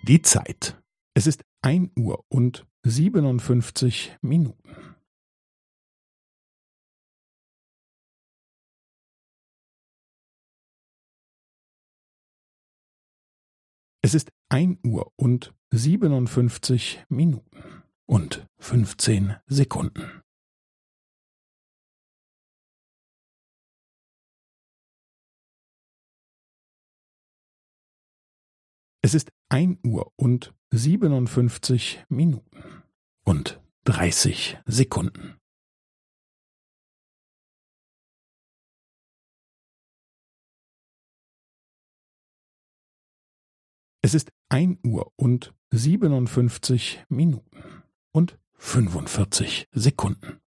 Die Zeit. Es ist 1:57. Es ist 1:57 und 15 Sekunden. Es ist 1:57 und 30 Sekunden. Es ist 1:57 und 45 Sekunden.